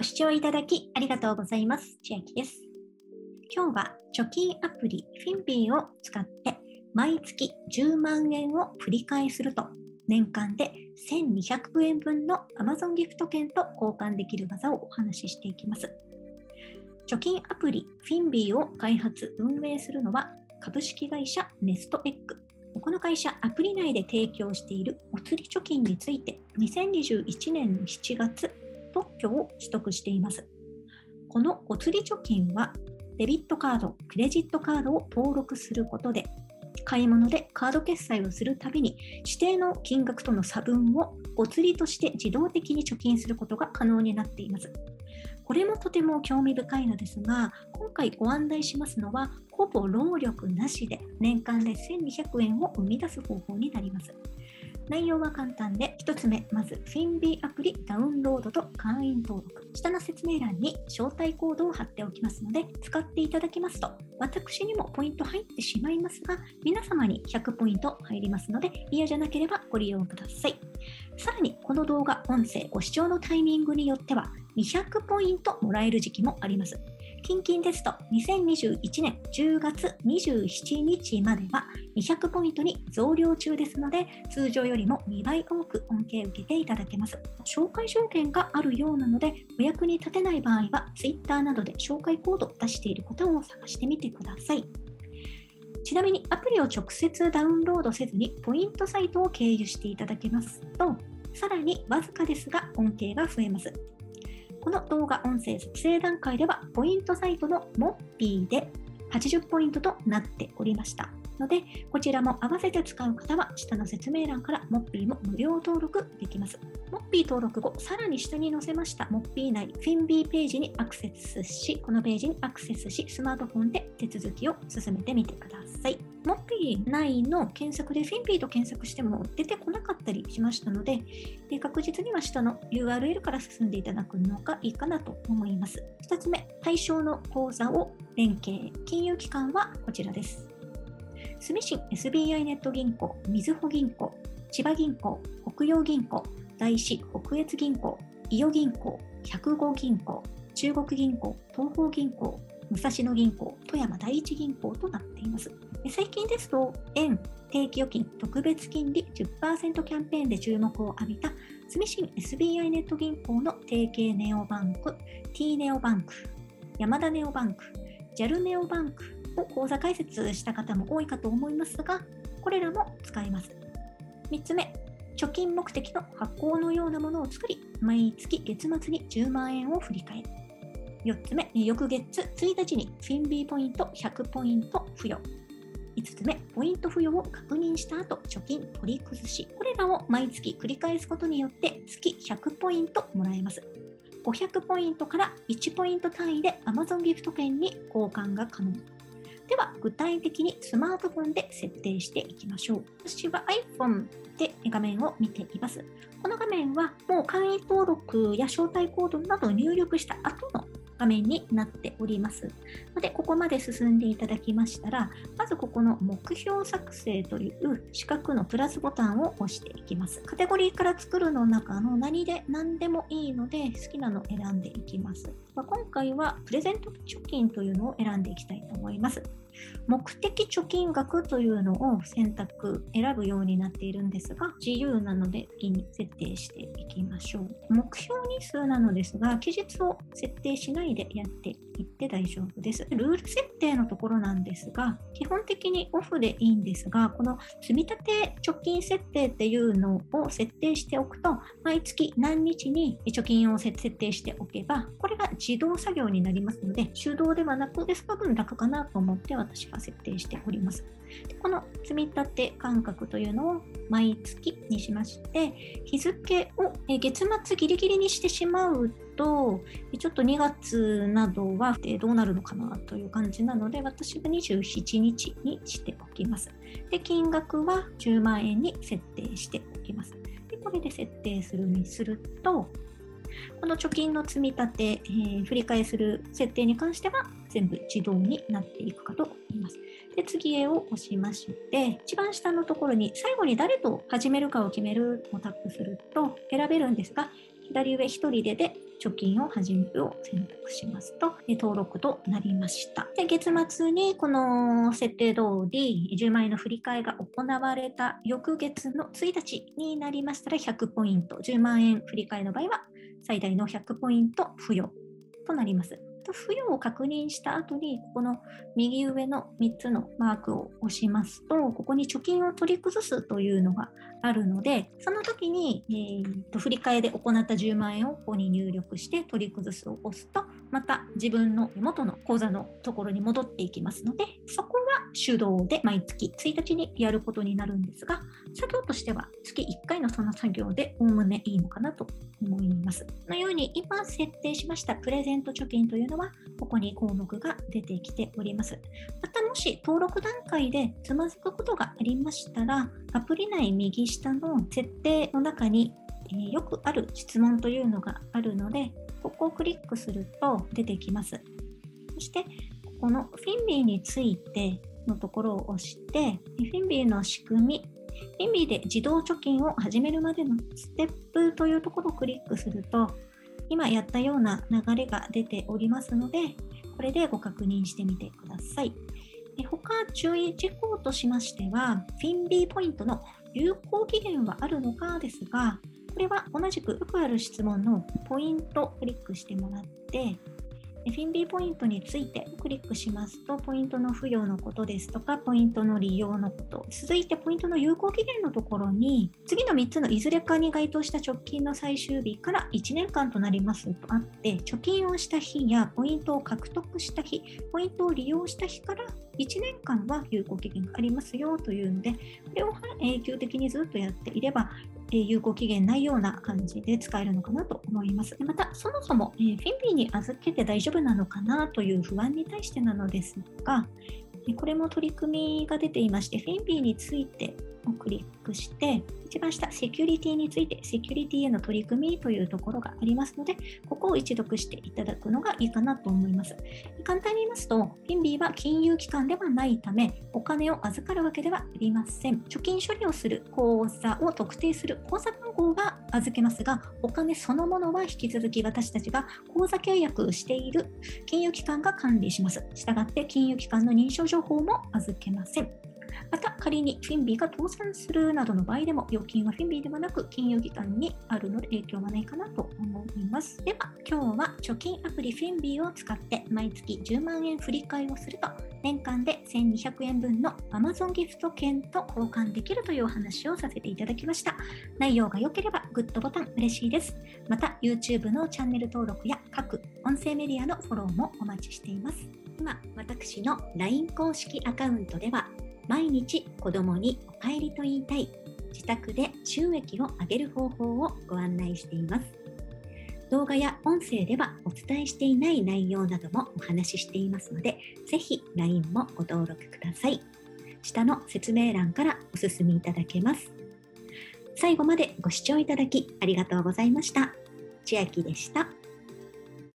ご視聴いただきありがとうございます。千秋です。今日は貯金アプリ Finbi を使って毎月10万円を振り替えすると年間で1200円分の Amazon ギフト券と交換できる技をお話ししていきます。貯金アプリ Finbi を開発・運営するのは株式会社ネストエッグ。この会社、アプリ内で提供しているお釣り貯金について2021年の7月、特許を取得しています。このお釣り貯金はデビットカード、クレジットカードを登録することで買い物でカード決済をするたびに指定の金額との差分をお釣りとして自動的に貯金することが可能になっています。これもとても興味深いのですが、今回ご案内しますのはほぼ労力なしで年間で1200円を生み出す方法になります。内容は簡単で、1つ目、まず Finbi アプリダウンロードと会員登録。下の説明欄に招待コードを貼っておきますので、使っていただきますと、私にもポイント入ってしまいますが、皆様に100ポイント入りますので、嫌じゃなければご利用ください。さらに、この動画、音声、ご視聴のタイミングによっては、200ポイントもらえる時期もあります。近々ですと2021年10月27日までは200ポイントに増量中ですので、通常よりも2倍多く恩恵を受けていただけます。紹介条件があるようなので、お役に立てない場合は Twitter などで紹介コードを出している方を探してみてください。ちなみにアプリを直接ダウンロードせずにポイントサイトを経由していただけますと、さらにわずかですが恩恵が増えます。この動画音声作成段階ではポイントサイトのモッピーで80ポイントとなっておりましたので、こちらも合わせて使う方は下の説明欄からモッピーも無料登録できます。モッピー登録後、さらに下に載せましたモッピー内 Finbi ページにアクセスし、このページにアクセスし、スマートフォンで手続きを進めてみてください。モッピー内の検索で Finbi と検索しても出てこなかったりしましたので、確実には下の URL から進んでいただくのがいいかなと思います。2つ目、対象の口座を連携。金融機関はこちらです。住信 SBI ネット銀行、みずほ銀行、千葉銀行、北洋銀行、大師北越銀行、伊予銀行、百五銀行、中国銀行、東方銀行、武蔵野銀行、富山第一銀行となっています。最近ですと、円定期預金特別金利 10% キャンペーンで注目を浴びた住信 SBI ネット銀行の提携ネオバンク、T ネオバンク、山田ネオバンク、JAL ネオバンクを口座開設した方も多いかと思いますが、これらも使えます。3つ目、貯金目的の発行のようなものを作り、毎月月末に10万円を振り替える。4つ目、翌月1日に Finbi ポイント100ポイント付与。5つ目、ポイント付与を確認した後、貯金取り崩し。これらを毎月繰り返すことによって月100ポイントもらえます。500ポイントから1ポイント単位で Amazon ギフト券に交換が可能。では、具体的にスマートフォンで設定していきましょう。私は iPhone で画面を見ています。この画面はもう会員登録や招待コードなどを入力した後の画面になっておりますので、ここまで進んでいただきましたら、まずここの目標作成という四角のプラスボタンを押していきます。カテゴリーから作るの中の何でもいいので好きなのを選んでいきます。今回はプレゼント貯金というのを選んでいきたいと思います。目的貯金額というのを選ぶようになっているんですが、自由なので次に設定していきましょう。目標日数なのですが、期日を設定しないでやっていって大丈夫です。ルール設定のところなんですが、基本的にオフでいいんですが、この積立貯金設定っていうのを設定しておくと、毎月何日に貯金を設定しておけば、これが自動作業になりますので、手動ではなくですが分楽かなと思って私は設定しております。でこの積立間隔というのを毎月にしまして、日付を月末ギリギリにしてしまうと、ちょっと2月などはどうなるのかなという感じなので、私は27日にしておきます。で、金額は10万円に設定しておきます。で、これで設定すると、この貯金の積み立て、振り替えする設定に関しては全部自動になっていくかと思います。で、次へを押しまして、一番下のところに最後に誰と始めるかを決めるをタップすると選べるんですが、左上1人で貯貯金を始めるを選択しますと、登録となりました。で、月末にこの設定通り10万円の振り替えが行われた翌月の1日になりましたら100ポイント、10万円振り替えの場合は最大の100ポイント付与となります。付与を確認した後に、ここの右上の3つのマークを押しますと、ここに貯金を取り崩すというのがあるので、その時に、振り替えで行った10万円をここに入力して取り崩すを押すと、また自分の元の口座のところに戻っていきますので、そこは手動で毎月1日にやることになるんですが、作業としては月1回のその作業でおおむねいいのかなと思います。このように今設定しましたプレゼント貯金というのは、ここに項目が出てきております。またもし登録段階でつまずくことがありましたら、アプリ内右下の設定の中に、よくある質問というのがあるので、ここをクリックすると出てきます。そしてこのフィンビーについてのところを押して、フィンビーの仕組み、フィンビーで自動貯金を始めるまでのステップというところをクリックすると、今やったような流れが出ておりますので、これでご確認してみてください。他注意事項としましては、フィンビーポイントの有効期限はあるのかですが、これは同じくよくある質問のポイントをクリックしてもらって、フィンビーポイントについてクリックしますと、ポイントの付与のことですとか、ポイントの利用のこと、続いてポイントの有効期限のところに、次の3つのいずれかに該当した直近の最終日から1年間となりますとあって、貯金をした日やポイントを獲得した日、ポイントを利用した日から1年間は有効期限がありますよというので、これを永久的にずっとやっていれば、有効期限ないような感じで使えるのかなと思います。また、そもそもフィンビーに預けて大丈夫なのかなという不安に対してなのですが、これも取り組みが出ていまして、フィンビーについてをクリックして、一番下、セキュリティについて、セキュリティへの取り組みというところがありますので、ここを一読していただくのがいいかなと思います。簡単に言いますと、フィンビーは金融機関ではないため、お金を預かるわけではありません。貯金処理をする口座を特定する口座番号が預けますが、お金そのものは引き続き私たちが口座契約している金融機関が管理します。したがって金融機関の認証情報も預けません。また仮にフィンビーが倒産するなどの場合でも、預金はフィンビーではなく金融機関にあるので影響はないかなと思います。では今日は貯金アプリフィンビーを使って毎月10万円振り替えをすると年間で1200円分の Amazon ギフト券と交換できるというお話をさせていただきました。内容が良ければグッドボタン嬉しいです。また YouTube のチャンネル登録や各音声メディアのフォローもお待ちしています。今私の LINE 公式アカウントでは毎日子供にお帰りと言いたい、自宅で収益を上げる方法をご案内しています。動画や音声ではお伝えしていない内容などもお話ししていますので、ぜひ LINE もご登録ください。下の説明欄からお進みいただけます。最後までご視聴いただきありがとうございました。千秋でした。